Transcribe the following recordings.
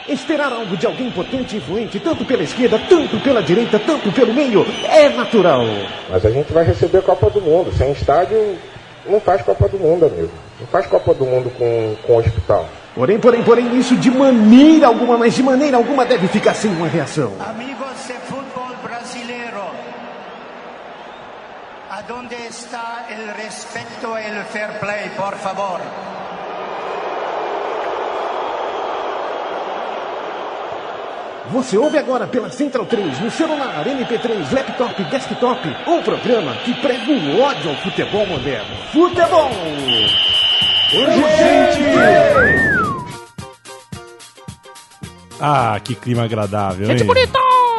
Esperar algo de alguém potente e influente, tanto pela esquerda, tanto pela direita, tanto pelo meio, é natural. Mas a gente vai receber a Copa do Mundo. Sem estádio, não faz Copa do Mundo, amigo. Não faz Copa do Mundo com hospital. Porém, isso de maneira alguma, mas de maneira alguma deve ficar sem uma reação. Amigos de futebol brasileiro, aonde está o respeito e o fair play, por favor? Você ouve agora pela Central 3, no celular, MP3, laptop, desktop, um programa que prega o ódio ao futebol moderno. Futebol! Urgente! Ah, que clima agradável, hein? Gente bonita!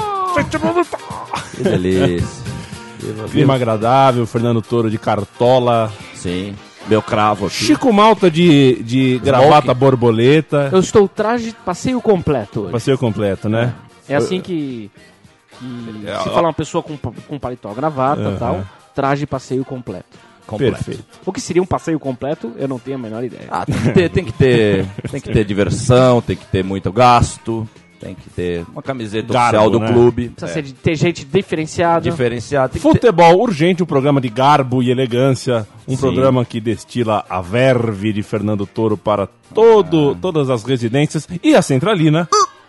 Que delícia. Clima agradável, Fernando Toro de cartola. Sim, meu cravo aqui. Chico Malta de gravata borboleta. Eu estou traje de passeio completo hoje. Passeio completo, né? É assim que se fala uma pessoa com paletó, gravata e tal, traje passeio completo. Perfeito. O que seria um passeio completo, eu não tenho a menor ideia. Ah, tem que ter diversão, tem que ter muito gasto, tem que ter uma camiseta oficial do clube. Precisa ter gente diferenciada. Futebol Urgente, um programa de garbo e elegância, um programa que destila a verve de Fernando Toro para todas as residências e a Centralina.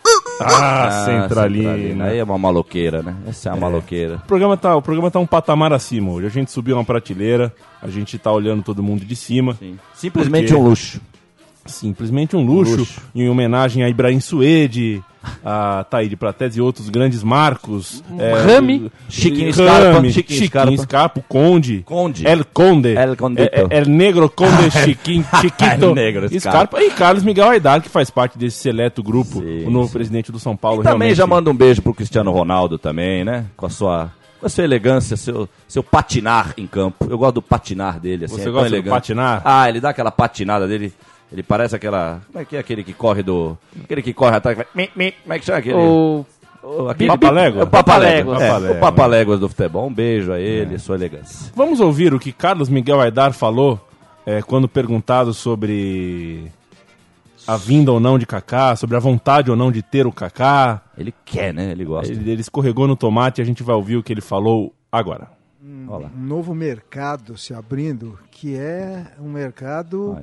Centralina. Aí é uma maloqueira, né? Essa é uma maloqueira. O programa tá um patamar acima hoje. A gente subiu uma prateleira, a gente tá olhando todo mundo de cima. Sim. Simplesmente um luxo. Simplesmente um luxo. Em homenagem a Ibrahim Suede, a Taíde Prates e outros grandes marcos. Rami, Chiquinho Scarpa, o Conde. El Conde. El Negro Conde Chiquito Negro Scarpa. E Carlos Miguel Aidar, que faz parte desse seleto grupo, o novo presidente do São Paulo. E também já manda um beijo pro Cristiano Ronaldo também, né? Com a sua elegância, seu patinar em campo. Eu gosto do patinar dele. Assim, Você gosta do patinar? Ah, ele dá aquela patinada dele. Ele parece aquela... Como é que é aquele que corre do... Aquele que corre atrás... Como é que chama aquele? O Papaléguas? O Papaléguas. O Papaléguas do futebol. Um beijo a ele, sua elegância. Vamos ouvir o que Carlos Miguel Aidar falou quando perguntado sobre a vinda ou não de Kaká, sobre a vontade ou não de ter o Kaká. Ele quer, né? Ele gosta. Ele escorregou no tomate e a gente vai ouvir o que ele falou agora. Um novo mercado se abrindo, que é um mercado...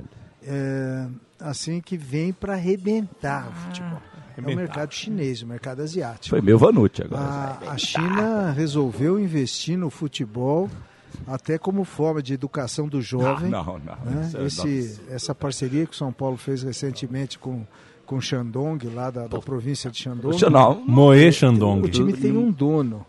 assim que vem para arrebentar o futebol. É o mercado chinês, o mercado asiático. Foi meu Vanucci agora. A China resolveu investir no futebol até como forma de educação do jovem. Não. Né? Essa parceria que o São Paulo fez recentemente com Shandong, lá da província de Shandong. Moe Shandong. O time tem um dono.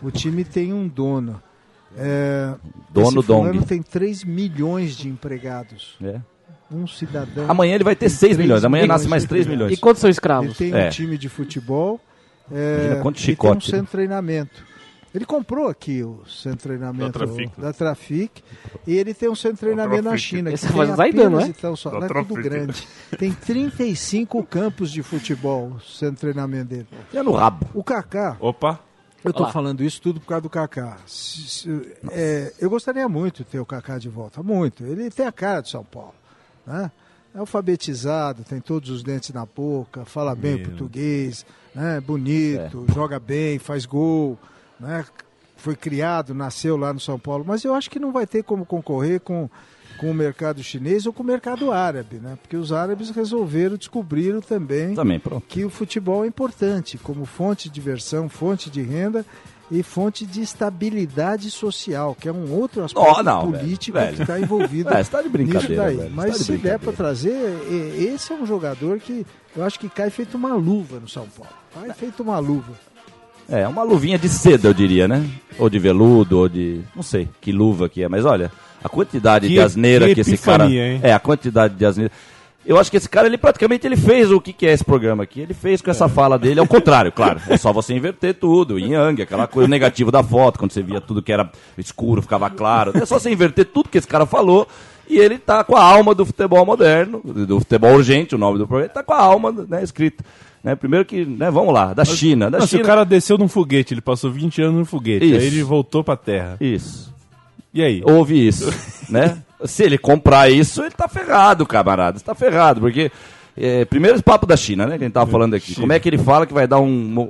Dono esse fulano tem 3 milhões de empregados. Um cidadão. Amanhã ele vai ter 6 milhões. Amanhã nasce mais 3 milhões. E quantos são escravos? Ele tem um time de futebol. Ele tem um centro de treinamento. Ele comprou aqui o centro de treinamento da Trafic. E ele tem um centro de treinamento na China. Esse que tem Zaidan, não é? Então, não é tudo grande. Tem 35 campos de futebol o centro de treinamento dele. E é no rabo. O Kaká. Opa! Eu estou falando isso tudo por causa do Kaká. Eu gostaria muito de ter o Kaká de volta. Muito. Ele tem a cara de São Paulo. Né? É alfabetizado, tem todos os dentes na boca, fala bem o português, né? Bonito, joga bem, faz gol, né? Foi criado, nasceu lá no São Paulo, mas eu acho que não vai ter como concorrer com o mercado chinês ou com o mercado árabe, né? Porque os árabes descobriram também que o futebol é importante como fonte de diversão, fonte de renda e fonte de estabilidade social, que é um outro aspecto político que está envolvido você tá de brincadeira, nisso daí. Mas se der para trazer, esse é um jogador que eu acho que cai feito uma luva no São Paulo. Cai feito uma luva. Uma luvinha de seda, eu diria, né? Ou de veludo, ou de... Não sei que luva que é, mas olha, a quantidade de asneira que esse cara... Hein? A quantidade de asneira... Eu acho que esse cara, ele praticamente fez o que é esse programa aqui. Ele fez com essa fala dele, ao contrário, claro. É só você inverter tudo, yin yang, aquela coisa negativa da foto, quando você via tudo que era escuro, ficava claro. É só você inverter tudo que esse cara falou e ele tá com a alma do futebol moderno, do futebol urgente, o nome do programa, ele tá com a alma, né, escrito. Né, primeiro que, né, vamos lá, da China. O cara desceu num foguete, ele passou 20 anos no foguete, aí ele voltou pra terra. Isso. E aí? Houve isso, né? Se ele comprar isso, ele tá ferrado, camarada. Está ferrado, porque Primeiro esse papo da China, né, que a gente estava falando aqui. Como é que ele fala que vai dar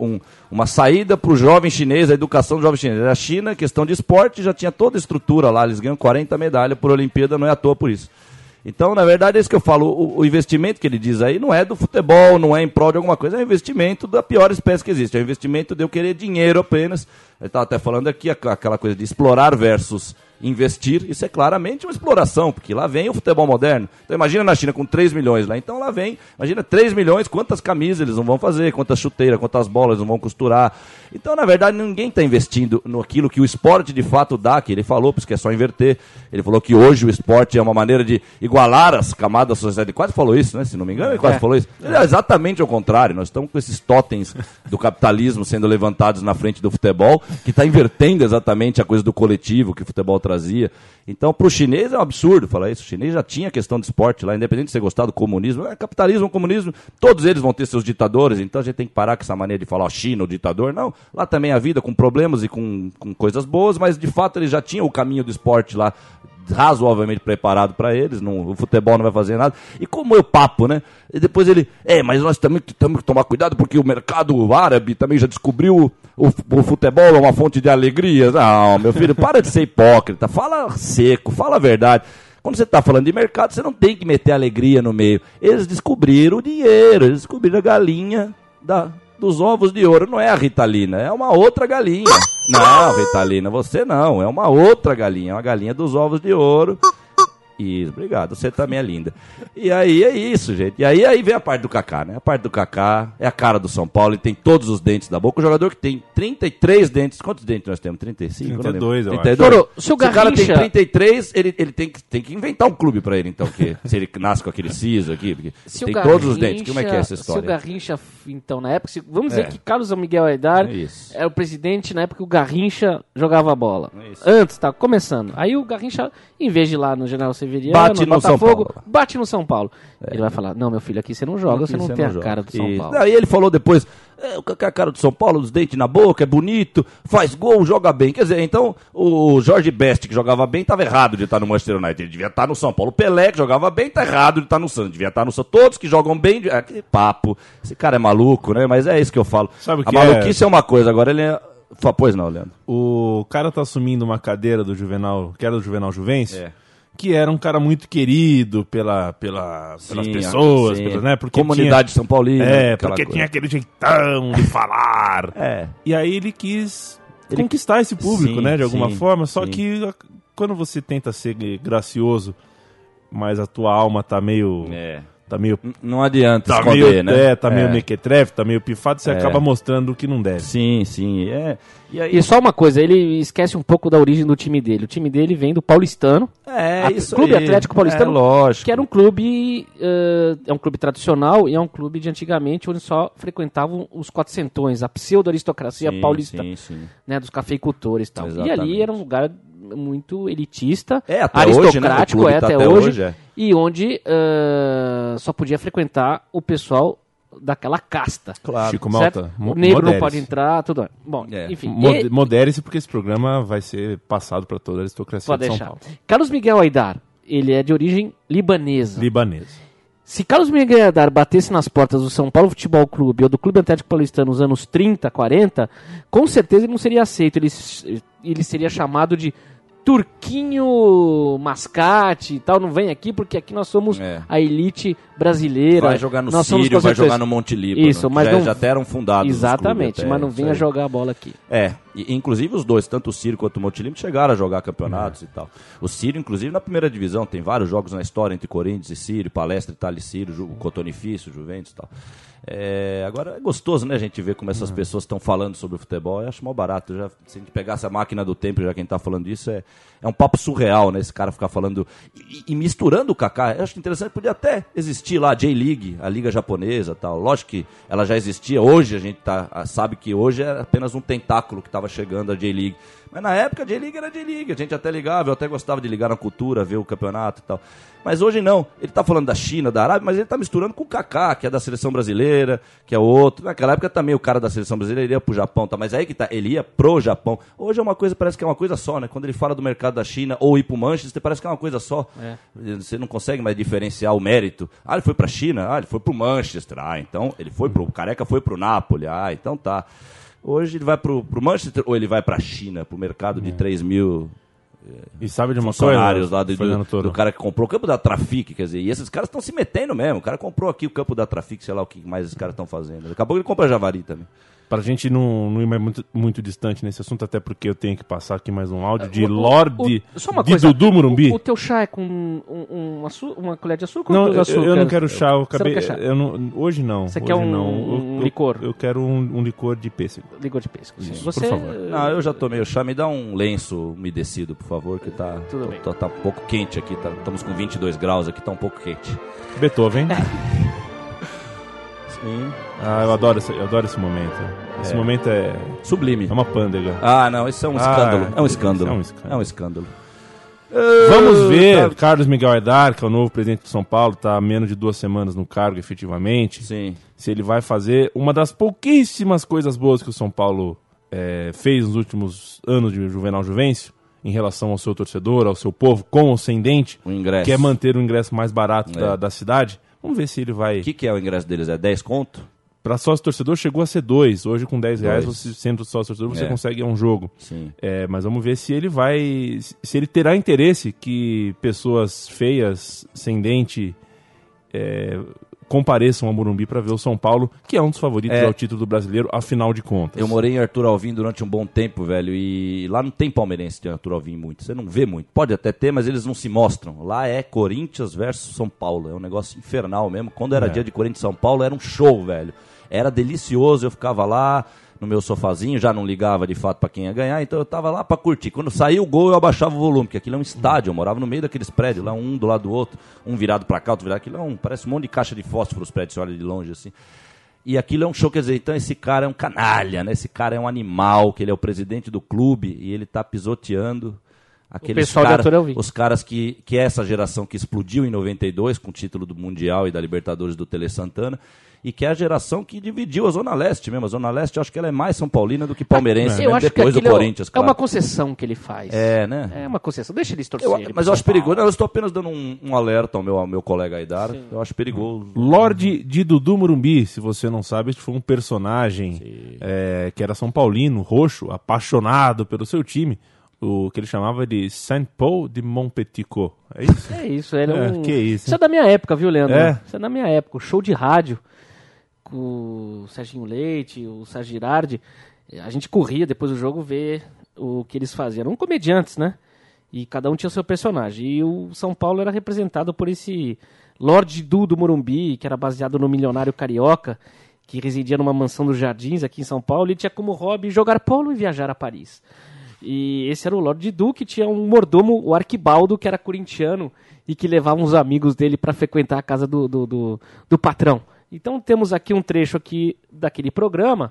uma saída para o jovem chinês, a educação do jovem chinês? A China, questão de esporte, já tinha toda a estrutura lá, eles ganham 40 medalhas por Olimpíada, não é à toa por isso. Então, na verdade, é isso que eu falo, o investimento que ele diz aí não é do futebol, não é em prol de alguma coisa, é um investimento da pior espécie que existe, é um investimento de eu querer dinheiro apenas. Eu estava até falando aqui, aquela coisa de explorar versus investir, isso é claramente uma exploração, porque lá vem o futebol moderno. Então imagina na China com 3 milhões lá, então lá vem, imagina 3 milhões, quantas camisas eles não vão fazer, quantas chuteiras, quantas bolas eles não vão costurar. Então na verdade ninguém está investindo naquilo que o esporte de fato dá, que ele falou, porque é só inverter. Ele falou que hoje o esporte é uma maneira de igualar as camadas da sociedade, ele quase falou isso, né? Se não me engano, ele quase falou isso. Ele é exatamente ao contrário, nós estamos com esses totens do capitalismo sendo levantados na frente do futebol, que está invertendo exatamente a coisa do coletivo que o futebol trazia. Então, para o chinês é um absurdo falar isso. O chinês já tinha questão de esporte lá, independente de você gostar do comunismo. Capitalismo, comunismo, todos eles vão ter seus ditadores, então a gente tem que parar com essa maneira de falar, ó, China, o ditador. Não, lá também a vida com problemas e com coisas boas, mas de fato eles já tinham o caminho do esporte lá razoavelmente preparado para eles, o futebol não vai fazer nada. E como é o papo, né? E depois ele, mas nós também temos que tomar cuidado porque o mercado árabe também já descobriu o futebol é uma fonte de alegria. Não, meu filho, para de ser hipócrita, fala seco, fala a verdade. Quando você está falando de mercado, você não tem que meter alegria no meio. Eles descobriram o dinheiro, eles descobriram a galinha dos ovos de ouro. Não é a Ritalina, é uma outra galinha. Não, Ritalina, você não, é uma outra galinha, é uma galinha dos ovos de ouro. Isso, obrigado, você também é linda. E aí é isso, gente. E aí vem a parte do Kaká, né? A parte do Kaká é a cara do São Paulo, ele tem todos os dentes da boca. O jogador que tem 33 dentes, quantos dentes nós temos? 35? 32, eu acho. 32. Se o cara tem 33, ele tem que inventar um clube pra ele, então, que se ele nasce com aquele siso aqui, porque tem todos os dentes. Como é que é essa história? Se o Garrincha, então, na época, vamos dizer que Carlos Miguel Aidar era o presidente na época que o Garrincha jogava bola. Antes, tá começando. Aí o Garrincha, em vez de ir lá no General Severiano, bate no Botafogo, bate no São Paulo. Ele vai falar, não, meu filho, aqui você não joga, você não tem a cara do São Paulo. Aí ele falou depois, o Kaká é a cara do São Paulo, os dentes na boca, é bonito, faz gol, joga bem. Quer dizer, então o Jorge Best, que jogava bem, estava errado de estar no Manchester United, ele devia estar no São Paulo. O Pelé, que jogava bem, está errado de estar no Santos, devia estar no Santos. Todos que jogam bem, que papo, esse cara é maluco, né? Mas é isso que eu falo. Sabe a maluquice é uma coisa, agora ele é... Pois não, Leandro. O cara tá assumindo uma cadeira do Juvenal, que era do Juvenal Juvencio, que era um cara muito querido pelas pessoas, né? Porque comunidade São Paulina. Porque tinha aquele jeitão de falar. E aí ele quis conquistar esse público, né? De alguma forma. Só que quando você tenta ser gracioso, mas a tua alma tá meio... Não adianta esconder, né? Tá meio mequetrefe, tá meio pifado, você acaba mostrando o que não deve. Sim. E só uma coisa, ele esquece um pouco da origem do time dele. O time dele vem do Paulistano. Clube Atlético Paulistano. Lógico. Que era um clube, é um clube tradicional e é um clube de antigamente onde só frequentavam os quatrocentões, a pseudo-aristocracia paulista, né, dos cafeicultores e tal. Exatamente. E ali era um lugar muito elitista, até aristocrático, hoje, né? até hoje. E onde só podia frequentar o pessoal daquela casta. Claro. Chico Malta, o negro não pode entrar, tudo. Bom, enfim. Modere-se porque esse programa vai ser passado para toda a aristocracia de São Paulo. Carlos Miguel Aidar, ele é de origem libanesa. Libanesa. Se Carlos Miguel Aidar batesse nas portas do São Paulo Futebol Clube ou do Clube Atlético Paulistano nos anos 30, 40, com certeza ele não seria aceito. Ele seria chamado de Turquinho Mascate e tal, não vem aqui porque aqui nós somos a elite brasileira. Vai jogar no Sírio, vai jogar no Monte Líbano. Isso, mas já até eram fundados. Exatamente, mas não vinha jogar a bola aqui. Inclusive os dois, tanto o Sírio quanto o Monte Líbano, chegaram a jogar campeonatos e tal. O Sírio, inclusive, na primeira divisão, tem vários jogos na história entre Corinthians e Sírio, Palestra, Itália e Sírio, Cotonifício, Juventus e tal. Agora é gostoso, né, a gente ver como essas pessoas estão falando sobre o futebol. Eu acho mal barato. Se a gente pegasse a máquina do tempo, já quem está falando disso, é um papo surreal, né? Esse cara ficar falando e misturando o Kaká. Eu acho interessante, podia até existir lá a J-League, a Liga Japonesa e tal. Lógico que ela já existia. Hoje a gente sabe que hoje é apenas um tentáculo que estava tava chegando a J-League. Mas na época a J-League era J-League, a gente até ligava, eu até gostava de ligar na cultura, ver o campeonato e tal. Mas hoje não, ele tá falando da China, da Arábia, mas ele tá misturando com o Kaká, que é da seleção brasileira, que é outro. Naquela época também o cara da seleção brasileira ia pro Japão, tá? Mas aí que tá, ele ia pro Japão. Hoje é uma coisa, parece que é uma coisa só, né? Quando ele fala do mercado da China ou ir pro Manchester, parece que é uma coisa só. Você não consegue mais diferenciar o mérito. Ah, ele foi pra China? Ah, ele foi pro Manchester. Ah, então ele foi pro... O Careca foi pro Napoli. Ah, então tá. Hoje ele vai pro Manchester ou ele vai pra China, pro mercado de 3 mil... E sabe de uma funcionários coisa, lá do cara que comprou o campo da Trafic, quer dizer, e esses caras estão se metendo mesmo. O cara comprou aqui o campo da Trafic, sei lá o que mais esses caras estão fazendo. Daqui a pouco ele compra Javari também. Pra gente não ir mais muito distante nesse assunto, até porque eu tenho que passar aqui mais um áudio de Lorde de Dudu Morumbi. O teu chá é com uma colher de açúcar ou com açúcar? Eu não quero chá, eu acabei... Você não quer chá? Hoje não. Você quer um licor? Eu quero um licor de pêssego. Licor de pêssego, sim. Por favor. Não, eu já tomei o chá, me dá um lenço umedecido, por favor, que tá um pouco quente aqui, estamos com 22 graus aqui, tá um pouco quente. Beethoven. Sim. Ah, eu adoro esse momento. Esse momento é... sublime. É uma pândega. Ah, não, isso é um escândalo. É um escândalo. É um escândalo. Vamos ver, Carlos Miguel Aidar, que é o novo presidente de São Paulo, está há menos de 2 semanas no cargo, efetivamente. Sim. Se ele vai fazer uma das pouquíssimas coisas boas que o São Paulo fez nos últimos anos de Juvenal Juvencio, em relação ao seu torcedor, ao seu povo, com ou sem dente, o ingresso. Que é manter o ingresso mais barato da cidade. Vamos ver se ele vai... O que é o ingresso deles? É 10 conto? Para sócio torcedor chegou a ser 2. Hoje com R$10, você, sendo sócio torcedor, você consegue um jogo. Sim. Mas vamos ver se ele vai... Se ele terá interesse que pessoas feias, sem dente, compareçam ao Morumbi para ver o São Paulo, que é um dos favoritos ao título do brasileiro, afinal de contas. Eu morei em Arthur Alvim durante um bom tempo, velho, e lá não tem palmeirense de Arthur Alvim muito. Você não vê muito. Pode até ter, mas eles não se mostram. Lá é Corinthians versus São Paulo. É um negócio infernal mesmo. Quando era dia de Corinthians e São Paulo, era um show, velho. Era delicioso, eu ficava lá no meu sofazinho, já não ligava de fato pra quem ia ganhar, então eu tava lá pra curtir. Quando saía o gol, eu abaixava o volume, porque aquilo é um estádio, eu morava no meio daqueles prédios, lá um do lado do outro, um virado pra cá, outro virado, aquilo parece um monte de caixa de fósforo, os prédios, você olha de longe assim. E aquilo é um show, quer dizer, então esse cara é um canalha, né? Esse cara é um animal, que ele é o presidente do clube e ele tá pisoteando aqueles os caras que é essa geração que explodiu em 92 com o título do Mundial e da Libertadores do Tele Santana, e que é a geração que dividiu a Zona Leste mesmo. A Zona Leste, eu acho que ela é mais São Paulina do que palmeirense, eu acho depois que do Corinthians, claro. É uma concessão que ele faz. Né? É uma concessão, deixa eles torcerem. Mas eu acho perigoso, eu estou apenas dando um alerta ao meu colega Aidar. Sim. Eu acho perigoso. Lorde de Dudu Morumbi, se você não sabe, este foi um personagem que era São Paulino, roxo, apaixonado pelo seu time. O que ele chamava de Saint-Paul de Montpetit. É isso? É isso, era que isso, isso é da minha época, viu, Leandro? Isso é da minha época, o show de rádio com o Serginho Leite, o Sérgio Girardi. A gente corria depois do jogo ver o que eles faziam. Eram comediantes, né? E cada um tinha o seu personagem. E o São Paulo era representado por esse Lorde do Morumbi, que era baseado no milionário carioca, que residia numa mansão dos Jardins aqui em São Paulo, e tinha como hobby jogar polo e viajar a Paris. E esse era o Lorde Du, que tinha um mordomo, o Arquibaldo, que era corintiano e que levava uns amigos dele para frequentar a casa do patrão. Então temos aqui um trecho aqui daquele programa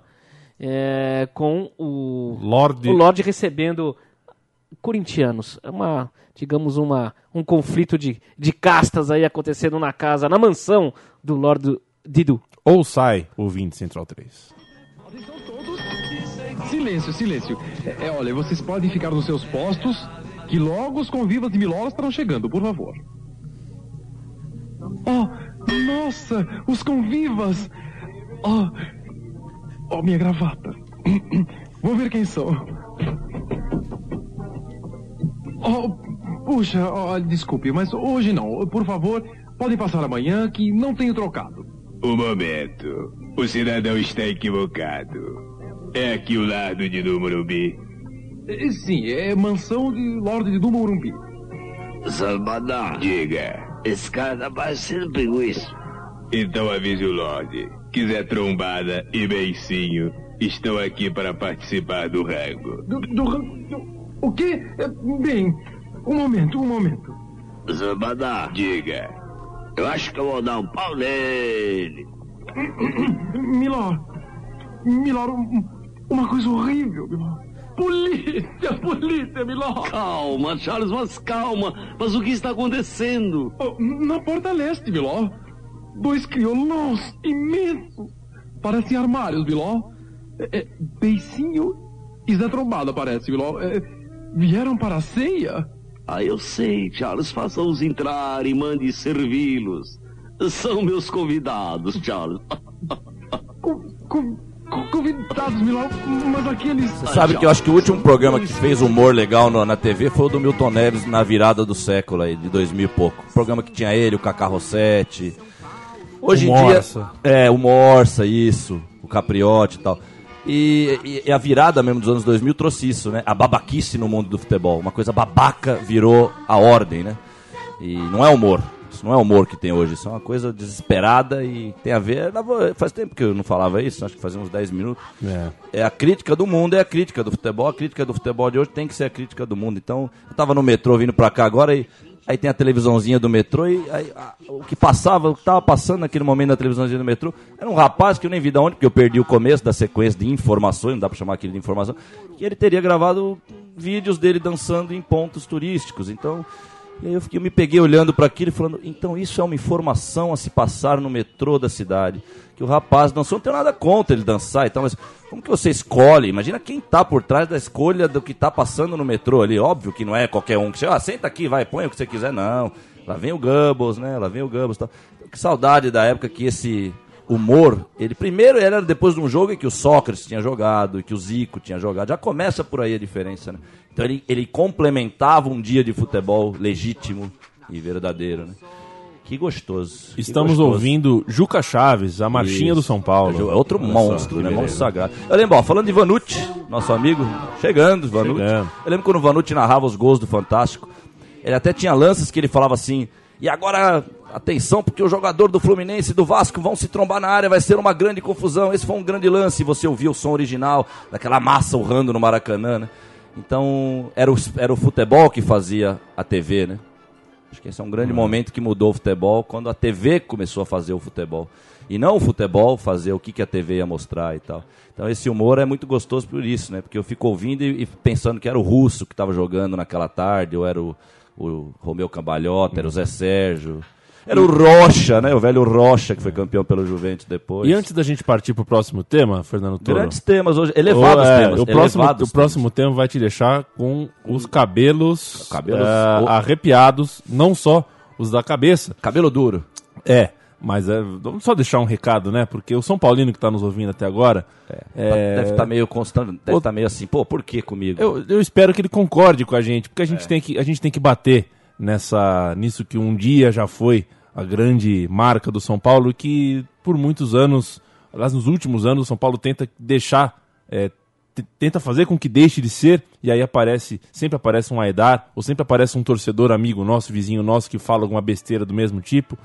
com o Lorde recebendo corintianos. É digamos, um conflito de castas aí acontecendo na casa, na mansão do Lorde Didu. Ou sai, ouvinte Central 3. Silêncio. Olha, vocês podem ficar nos seus postos, que logo os convivas de Milolas estarão chegando, por favor. Oh, nossa, os convivas! Oh, minha gravata. Vou ver quem são. Oh, puxa, desculpe, mas hoje não. Por favor, podem passar amanhã, que não tenho trocado. Um momento. O cidadão está equivocado. É aqui o lar do Dudu Morumbi? Sim, é mansão de Lorde Dudu Morumbi. Salvador. Diga. Esse cara tá parecendo pinguiço. Então avise o Lorde. Quiser trombada e beicinho, estou aqui para participar do rango. O quê? Bem, um momento. Salvador. Diga. Eu acho que eu vou dar um pau nele. Milor, uma coisa horrível, Milor. Polícia, Miló! Calma, Charles, mas calma. Mas o que está acontecendo? Na porta leste, Miló. 2 crioulos imensos. Parecem armários, Miló. Beicinho e Zé Trombada, parece, Miló. Vieram para a ceia? Eu sei, Charles. Faça-os entrar e mande servi-los. São meus convidados, Charles. Convidados, Miló, mas aqueles... Você sabe que eu acho que o último programa que fez humor legal na TV foi o do Milton Neves na virada do século aí, de 2000 e pouco. O programa que tinha ele, o Cacá Rossetti. Hoje em dia... o Morsa, isso. O Capriotti e tal. E a virada mesmo dos anos 2000 trouxe isso, né? A babaquice no mundo do futebol. Uma coisa babaca virou a ordem, né? E não é humor. Isso não é humor que tem hoje. Isso é uma coisa desesperada e tem a ver... Faz tempo que eu não falava isso, acho que fazia uns 10 minutos. É a crítica do mundo, é a crítica do futebol. A crítica do futebol de hoje tem que ser a crítica do mundo. Então, eu tava no metrô vindo pra cá agora e... Aí tem a televisãozinha do metrô e o que tava passando naquele momento na televisãozinha do metrô, era um rapaz que eu nem vi de onde, porque eu perdi o começo da sequência de informações, não dá pra chamar aquilo de informação, que ele teria gravado vídeos dele dançando em pontos turísticos. Então, e aí eu me peguei olhando para aquilo e falando, então isso é uma informação a se passar no metrô da cidade. Que o rapaz dançou, não tenho nada contra ele dançar e tal, mas como que você escolhe? Imagina quem tá por trás da escolha do que tá passando no metrô ali. Óbvio que não é qualquer um que você, senta aqui, vai, põe o que você quiser, não. Lá vem o Goebbels, né? Lá vem o Goebbels e tal. Que saudade da época que esse humor, ele primeiro era depois de um jogo em que o Sócrates tinha jogado, e que o Zico tinha jogado. Já começa por aí a diferença, né? Então ele complementava um dia de futebol legítimo e verdadeiro, né? Que gostoso. Estamos ouvindo Juca Chaves, a marchinha do São Paulo. É outro monstro, né? Monstro sagrado. Eu lembro, falando de Vanucci, nosso amigo, chegando, Vanucci. Eu lembro quando o Vanucci narrava os gols do Fantástico. Ele até tinha lances que ele falava assim, e agora, atenção, porque o jogador do Fluminense e do Vasco vão se trombar na área, vai ser uma grande confusão, esse foi um grande lance. E você ouvia o som original, daquela massa urrando no Maracanã, né? Então, era o futebol que fazia a TV, né? Acho que esse é um grande momento que mudou o futebol, quando a TV começou a fazer o futebol. E não o futebol fazer o que a TV ia mostrar e tal. Então esse humor é muito gostoso por isso, né? Porque eu fico ouvindo e pensando que era o Russo que estava jogando naquela tarde, ou era o Romeu Cambalhota, era o Zé Sérgio... Era o Rocha, né? O velho Rocha, que foi campeão pelo Juventus depois. E antes da gente partir pro próximo tema, Fernando Toro... Grandes temas hoje, elevados temas. O próximo tema vai te deixar com os cabelos arrepiados, não só os da cabeça. Cabelo duro. Mas vamos só deixar um recado, né? Porque o São Paulino que está nos ouvindo até agora... Deve estar meio constante, deve estar meio assim, por que comigo? Eu espero que ele concorde com a gente, porque a gente tem que bater nisso que um dia já foi a grande marca do São Paulo, que por muitos anos, aliás, nos últimos anos, o São Paulo tenta deixar, tenta fazer com que deixe de ser, e aí sempre aparece um Aidar, ou sempre aparece um torcedor amigo nosso, vizinho nosso, que fala alguma besteira do mesmo tipo,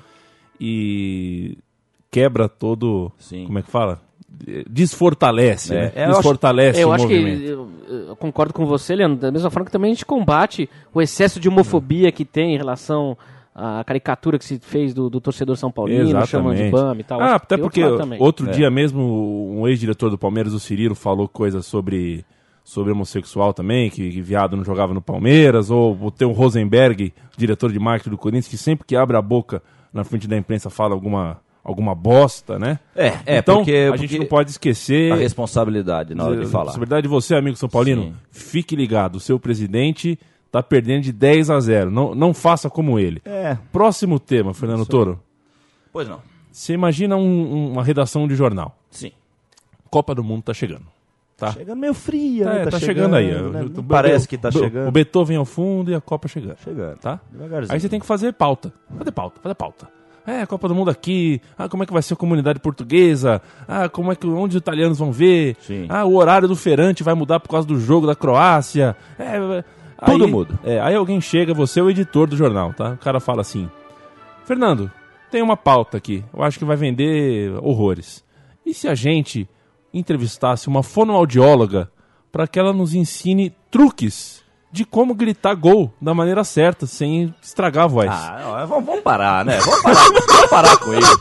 e quebra todo, como é que fala? Desfortalece, né? Desfortalece o movimento. Eu concordo com você, Leandro, da mesma forma que também a gente combate o excesso de homofobia que tem em relação à caricatura que se fez do torcedor São Paulino, chamando de BAM e tal. Até porque outro dia mesmo um ex-diretor do Palmeiras, o Cirilo, falou coisas sobre homossexual também, que viado não jogava no Palmeiras, ou tem o Rosenberg, diretor de marketing do Corinthians, que sempre que abre a boca na frente da imprensa fala alguma bosta, né? Então, porque a gente não pode esquecer... A responsabilidade na hora de falar. A responsabilidade de você, amigo São Paulino, fique ligado, o seu presidente tá perdendo de 10-0, não faça como ele. Próximo tema, Fernando Toro. Pois não. Você imagina uma redação de jornal. Sim. Copa do Mundo tá chegando. Tá chegando meio fria, né? Tá chegando aí. Né? Parece que tá chegando. O Beethoven ao fundo e a Copa chegando. Tá? Aí você tem que fazer pauta. Fazer pauta. Copa do Mundo aqui, como é que vai ser a comunidade portuguesa, onde os italianos vão ver, o horário do Ferrante vai mudar por causa do jogo da Croácia, tudo muda. Aí alguém chega, você é o editor do jornal, tá? O cara fala assim, Fernando, tem uma pauta aqui, eu acho que vai vender horrores. E se a gente entrevistasse uma fonoaudióloga para que ela nos ensine truques de como gritar gol da maneira certa, sem estragar a voz? Vamos parar, né? Vamos parar com isso.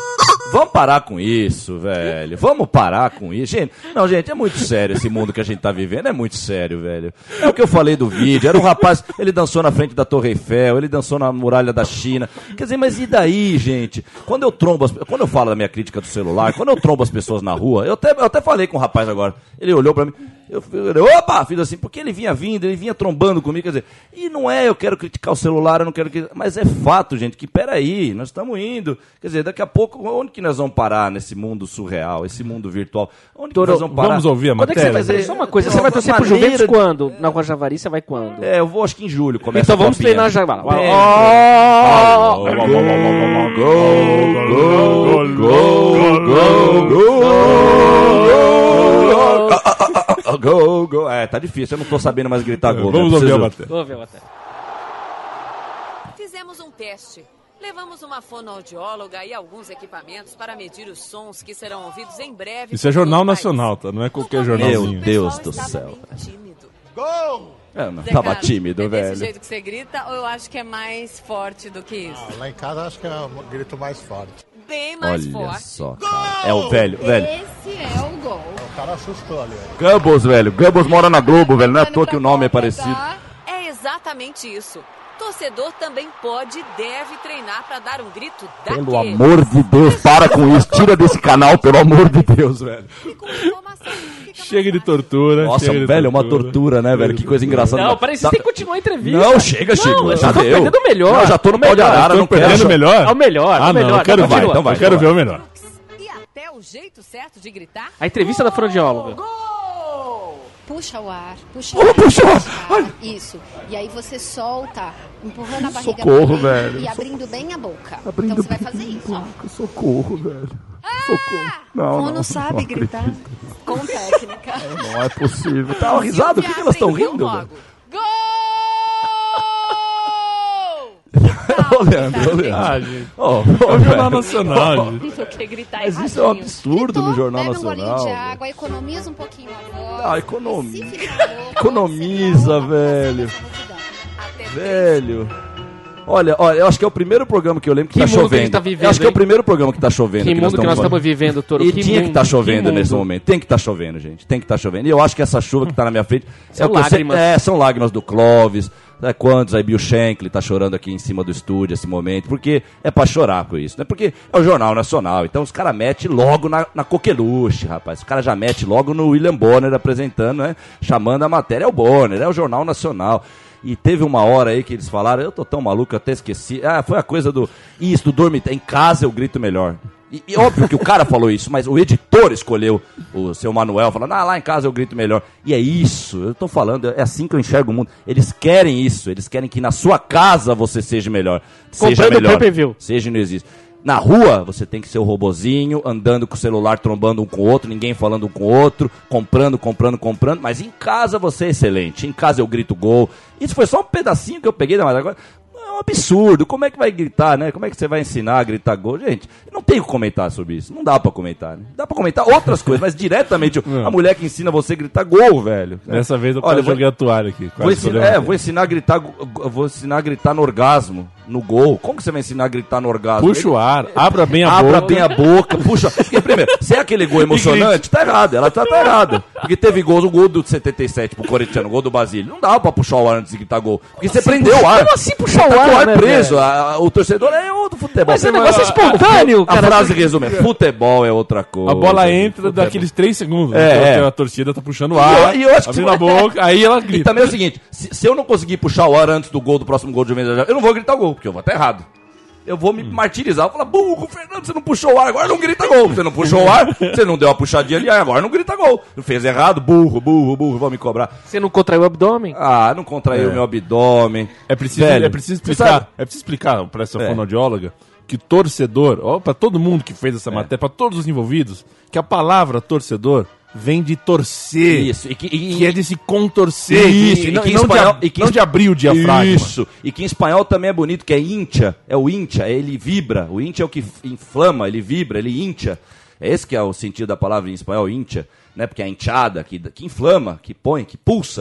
Vamos parar com isso, velho. Vamos parar com isso. Gente, é muito sério esse mundo que a gente tá vivendo. É muito sério, velho. É o que eu falei do vídeo. Era um rapaz, ele dançou na frente da Torre Eiffel, ele dançou na muralha da China. Quer dizer, mas e daí, gente? Quando eu falo da minha crítica do celular, quando eu trombo as pessoas na rua, eu até falei com o rapaz agora. Ele olhou pra mim. Eu fiz assim, porque ele vinha trombando comigo, quer dizer, e não é eu quero criticar o celular, eu não quero criticar, mas é fato, gente, que peraí, nós estamos indo, quer dizer, daqui a pouco, onde que nós vamos parar nesse mundo surreal, esse mundo virtual? Onde que nós vamos parar? Vamos ouvir a matéria? Quando é que você vai só uma coisa, você vai torcer pro Juventus quando? Na Rua Javari, você vai quando? Eu vou acho que em julho, começa então vamos treinar já. Go, go. Tá difícil, eu não tô sabendo mais gritar gol. Vamos ouvir a matéria. Fizemos um teste. Levamos uma fonoaudióloga e alguns equipamentos para medir os sons que serão ouvidos em breve. Isso é Jornal Nacional, tá? Não é qualquer jornalzinho. Meu Deus do céu. Gol! Não tava tímido, velho. É desse jeito que você grita ou eu acho que é mais forte do que isso? Lá em casa eu acho que é um grito mais forte. Bem mais Olha forte. Só, cara. É o velho. Esse é o gol. O cara assustou ali. Goebbels, velho. Goebbels mora na Globo, velho. Não é à toa que o nome é parecido. É exatamente isso. Torcedor também pode e deve treinar para dar um grito daquele. Pelo amor de Deus, para com isso. Tira desse canal, pelo amor de Deus, velho. Chega de tortura. Nossa, velho, é uma tortura, né, velho? Que coisa engraçada. Não, peraí, você tem que continuar a entrevista. Não, chega, Chico. Já tô perdendo o melhor. Não, já tô no pau de arara, não quero. Perdendo o melhor? É o melhor, o melhor. Não, eu quero ver. Então vai, eu quero ver o melhor. E até o jeito certo de gritar. A entrevista da fonoaudióloga. Puxa o ar, puxa o ar. Isso. E aí você solta, empurrando a barriga socorro, velho. E abrindo bem a boca. Então você vai fazer isso, ó. Socorro, velho. Socorro. Não sabe gritar com técnica. Não é possível. Tá uma risada? O que elas estão rindo? Gol! Ô, Leandro. Gente. É o Jornal Nacional, gente. Mas isso é um absurdo no Jornal Nacional. Bebe um golinho de água, economiza um pouquinho a voz. Economiza, velho. Velho. Olha, eu acho que é o primeiro programa que eu lembro que tá chovendo. Eu acho que é o primeiro programa que tá chovendo. Que mundo que nós estamos vivendo, Toro. E tinha que estar chovendo nesse momento. Tem que estar chovendo, gente. Tem que estar chovendo. E eu acho que essa chuva que tá na minha frente... São lágrimas. São lágrimas do Clóvis. Quantos aí, Bill Shankly tá chorando aqui em cima do estúdio esse momento, porque é pra chorar com isso, né? Porque é o Jornal Nacional, então os caras metem logo na coqueluche, rapaz. Os caras já metem logo no William Bonner apresentando, né? Chamando a matéria, é o Bonner, é o Jornal Nacional. E teve uma hora aí que eles falaram, eu tô tão maluco, eu até esqueci. Foi a coisa do dormitório, em casa eu grito melhor. E óbvio que o cara falou isso, mas o editor escolheu o seu Manuel, falando, lá em casa eu grito melhor. E é isso, eu tô falando, é assim que eu enxergo o mundo. Eles querem isso, eles querem que na sua casa você seja melhor. Seja melhor. Seja não existe. Na rua, você tem que ser o robozinho, andando com o celular, trombando um com o outro, ninguém falando um com o outro, comprando, mas em casa você é excelente. Em casa eu grito gol. Isso foi só um pedacinho que eu peguei, mas agora... É um absurdo, como é que vai gritar, né? Como é que você vai ensinar a gritar gol? Gente, não tem o que comentar sobre isso, não dá pra comentar, né? Dá pra comentar outras coisas, mas diretamente a mulher que ensina você a gritar gol, velho. Dessa vez eu quase joguei a toalha aqui. Vou ensinar a gritar no orgasmo, no gol. Como que você vai ensinar a gritar no orgasmo? Puxa o ar, abra bem a boca, puxa. Porque, primeiro, se é aquele gol emocionante, tá errado, ela tá errada. Porque teve o gol do 77 pro Corinthians, o gol do Basílio. Não dava pra puxar o ar antes de gritar gol, porque você prendeu o ar. Como assim puxar o ar? O ar preso, o torcedor é o do futebol. Mas esse negócio é espontâneo, cara. A frase resume, futebol é outra coisa. A bola entra daqueles 3 segundos. A torcida tá puxando o ar, e eu acho que abrindo a boca, aí ela grita. E também é o seguinte, se eu não conseguir puxar o ar antes do próximo gol de Juventus, eu não vou gritar gol, porque eu vou estar errado. Eu vou me martirizar, eu vou falar, burro, Fernando, você não puxou o ar, agora não grita gol. Você não puxou o ar, você não deu a puxadinha ali, agora não grita gol. Fez errado, burro, vou me cobrar. Você não contraiu o abdômen? Não contraiu o meu abdômen. É preciso explicar para essa fonoaudióloga que torcedor, para todo mundo que fez essa matéria, para todos os envolvidos, que a palavra torcedor vem de torcer. Isso. Que é de se contorcer. Isso. Não de abrir o diafragma. Isso. E que em espanhol também é bonito, que é hincha. É o hincha, ele vibra. O hincha é o que inflama, ele vibra, ele hincha. É esse que é o sentido da palavra em espanhol, hincha. Né? Porque é a hinchada, que inflama, que põe, que pulsa.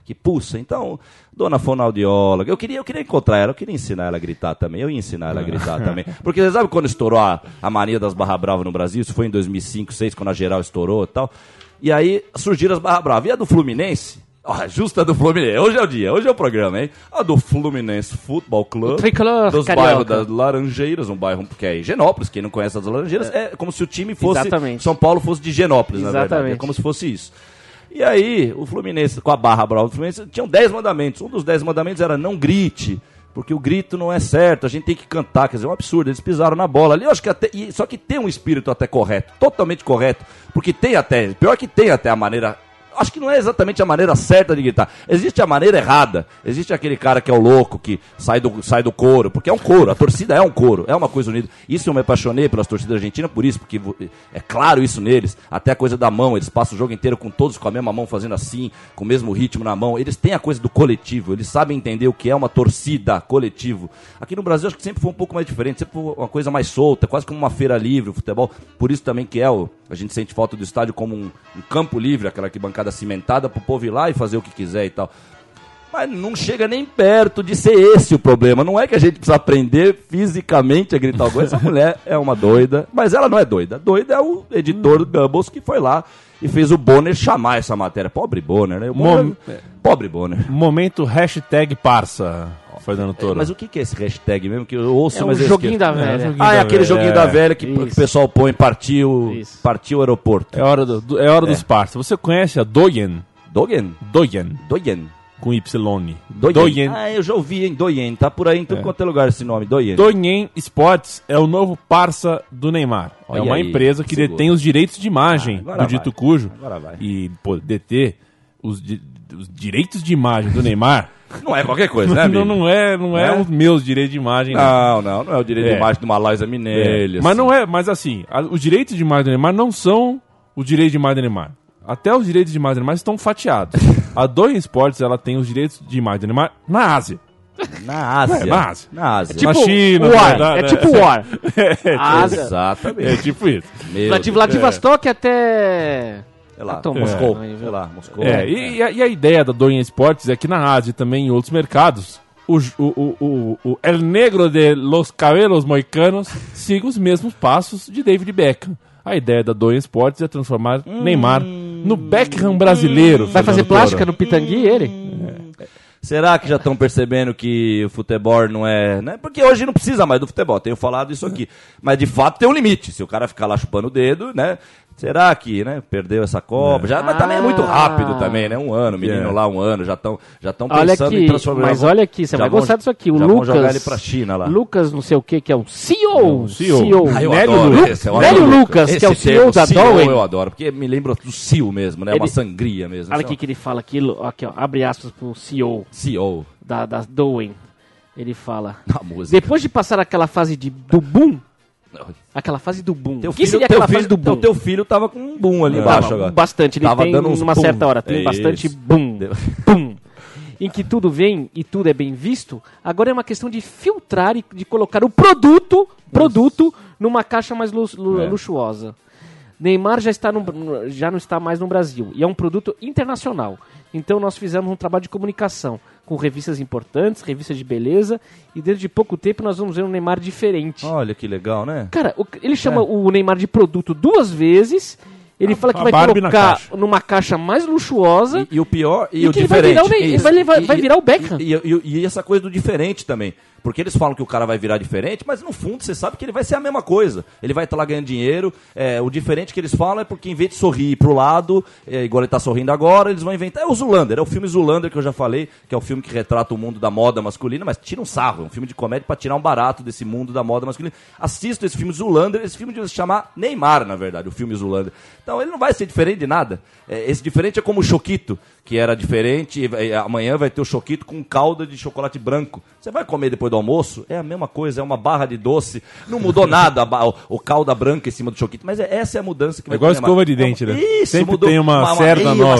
que pulsa. Então, dona fonoaudióloga, eu queria encontrar ela, eu queria ensinar ela a gritar também, eu ia ensinar ela a gritar também. Porque você sabe quando estourou a mania das barra brava no Brasil? Isso foi em 2005, 2006, quando a geral estourou e tal. E aí surgiram as barra brava. E a do Fluminense, justa do Fluminense, hoje é o dia, hoje é o programa, hein? A do Fluminense Futebol Clube, dos bairros das Laranjeiras, um bairro que é Higienópolis, quem não conhece as Laranjeiras, é como se o time fosse, São Paulo fosse de Higienópolis, na verdade, é como se fosse isso. E aí, o Fluminense, com a barra brava do Fluminense, tinham 10 mandamentos. Um dos 10 mandamentos era não grite, porque o grito não é certo, a gente tem que cantar, quer dizer, é um absurdo, eles pisaram na bola ali, eu acho que até, só que tem um espírito até correto, totalmente correto, porque tem até, pior que tem até a maneira... Acho que não é exatamente a maneira certa de gritar. Existe a maneira errada. Existe aquele cara que é o louco, que sai do coro. Porque é um coro. A torcida é um coro. É uma coisa unida. Isso eu me apaixonei pelas torcidas argentinas por isso. Porque é claro isso neles. Até a coisa da mão. Eles passam o jogo inteiro com todos com a mesma mão fazendo assim. Com o mesmo ritmo na mão. Eles têm a coisa do coletivo. Eles sabem entender o que é uma torcida coletivo. Aqui no Brasil acho que sempre foi um pouco mais diferente. Sempre foi uma coisa mais solta. Quase como uma feira livre, o futebol. Por isso também que a gente sente falta do estádio como um campo livre. Aquela arquibancada cimentada pro povo ir lá e fazer o que quiser e tal. Mas não chega nem perto de ser esse o problema. Não é que a gente precisa aprender fisicamente a gritar alguma coisa. Essa mulher é uma doida, mas ela não é doida. Doida é o editor do Goebbels que foi lá e fez o Bonner chamar essa matéria. Pobre Bonner, né? Pobre Bonner. Momento #parça. Fernando Toro. Mas o que é esse hashtag mesmo? Que eu ouço, mas o joguinho da velha. É aquele joguinho da velha que o pessoal põe, partiu o aeroporto. É hora dos parça. Você conhece a Doyen? Doyen? Doyen. Com Y. Doyen. Eu já ouvi, hein? Doyen. Tá por aí em tudo quanto é lugar esse nome. Doyen. Doyen Sports é o novo parça do Neymar. É uma empresa que detém os direitos de imagem do dito cujo. Agora vai. E deter os direitos de imagem do Neymar... Não é qualquer coisa, né, amigo? Não é os meus direitos de imagem. Não é o direito de imagem do Malaysia Minelli. Mas não é, mas assim, os direitos de imagem do Neymar não são os direitos de imagem do Neymar. Até os direitos de imagem do Neymar estão fatiados. A Doyen Sports, ela tem os direitos de imagem do Neymar na Ásia. Na Ásia. É tipo na China, War. É tipo War. Exatamente. É tipo isso. De Vladivostok até... Moscou. E a ideia da Doyen Sports é que na Ásia e também em outros mercados, o El Negro de los Cabelos Moicanos siga os mesmos passos de David Beckham. A ideia da Doyen Sports é transformar Neymar no Beckham brasileiro. Vai fazer plástica no Pitangui, ele? Será que já estão percebendo que o futebol não é... Né? Porque hoje não precisa mais do futebol, tenho falado isso aqui. Mas de fato tem um limite. Se o cara ficar lá chupando o dedo, né? Será que, né, perdeu essa Copa? Mas também é muito rápido também, né? Um ano, menino lá, um ano, já estão pensando em transformar... Mas olha aqui, você vai gostar disso aqui. O Lucas... Vão jogar ele pra China lá. Lucas não sei o que é o CEO. Nélio Lucas, que é o CEO da Doyen. Eu adoro, porque me lembra do CEO mesmo, né? Uma sangria mesmo. Olha aqui que ele fala aqui, ó, abre aspas pro CEO. Da Doyen. Ele fala... Depois de passar aquela fase do boom... Aquela fase do boom. O que seria aquela fase do boom? Então, teu filho tava com um boom ali embaixo agora. Bastante, ele tem numa certa hora, tem bastante boom. Boom. Em que tudo vem e tudo é bem visto, agora é uma questão de filtrar e de colocar o produto numa caixa mais luxuosa. Neymar já não está mais no Brasil e é um produto internacional. Então nós fizemos um trabalho de comunicação com revistas importantes, revistas de beleza, e dentro de pouco tempo nós vamos ver um Neymar diferente. Olha que legal, né? Ele ele chama o Neymar de produto 2 vezes. Ele fala que vai colocar numa caixa mais luxuosa. E o pior, e o diferente. Vai virar o Beckham. E essa coisa do diferente também. Porque eles falam que o cara vai virar diferente, mas no fundo você sabe que ele vai ser a mesma coisa. Ele vai estar lá ganhando dinheiro. O diferente que eles falam é porque em vez de sorrir pro lado, igual ele está sorrindo agora, eles vão inventar. É o Zoolander, é o filme Zoolander que eu já falei, que é o filme que retrata o mundo da moda masculina, mas tira um sarro. É um filme de comédia para tirar um barato desse mundo da moda masculina. Assista esse filme Zoolander, esse filme devia se chamar Neymar, na verdade, o filme Zoolander. Então ele não vai ser diferente de nada. Esse diferente é como o Choquito, que era diferente, amanhã vai ter o Choquito com calda de chocolate branco. Você vai comer depois do almoço, é a mesma coisa, é uma barra de doce, não mudou nada, o calda branca em cima do choquito, mas essa é a mudança que vai ter. É igual escova de dente, né? Isso, sempre mudou, tem uma cerda nova.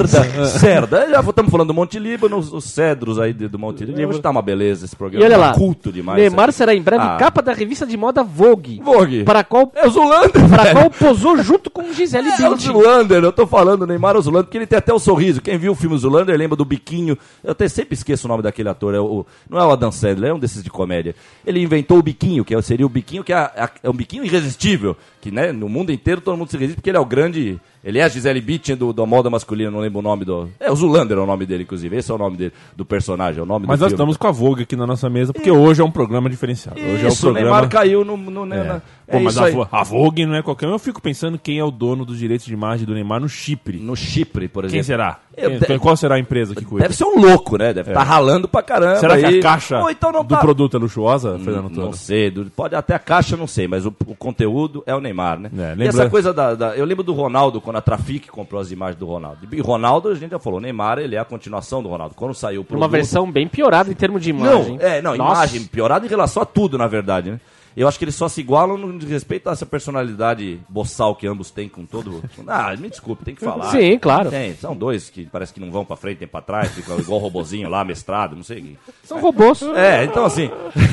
Cerda. Já estamos falando do Monte Líbano, os cedros aí do Monte Líbano. Hoje tá uma beleza esse programa. E olha lá, culto demais. Neymar será em breve capa da revista de moda Vogue. Para qual é o Zulander, para qual posou junto com Gisele Bündchen. É o Zulander, eu tô falando, Neymar é o Zulander, porque ele tem até o sorriso. Quem viu o filme Zulander lembra do biquinho. Eu até sempre esqueço o nome daquele ator. Não é o Adam Sandler, é um desses de comédia. Ele inventou o biquinho, que seria o biquinho, que é um biquinho irresistível. Que, né, no mundo inteiro todo mundo se resiste, porque ele é o grande... Ele é a Gisele Bündchen da moda masculina, não lembro o nome do... o Zulander é o nome dele, inclusive. Esse é o nome dele, do personagem, é o nome Mas do nós filme. Estamos com a Vogue aqui na nossa mesa, porque hoje é um programa diferenciado. Hoje é um programa... o Neymar caiu no Pô, mas a Vogue não é qualquer um. Eu fico pensando quem é o dono dos direitos de imagem do Neymar no Chipre. No Chipre, por exemplo. Quem será? Qual será a empresa que cuida? Deve ser um louco, né? Deve estar ralando pra caramba. Será que a caixa então do produto é luxuosa, Fernando Toro? Não sei. Pode até a caixa, não sei. Mas o conteúdo é o Neymar, né? E essa coisa eu lembro do Ronaldo, quando a Trafic comprou as imagens do Ronaldo. E Ronaldo, a gente já falou, o Neymar, ele é a continuação do Ronaldo. Quando saiu o produto... Uma versão bem piorada em termos de imagem. Imagem piorada em relação a tudo, na verdade, né? Eu acho que eles só se igualam no respeito a essa personalidade boçal que ambos têm com todo... me desculpe, tem que falar. Sim, claro. São dois que parece que não vão pra frente nem pra trás, ficam igual robozinho lá, mestrado, não sei. São robôs. Então assim...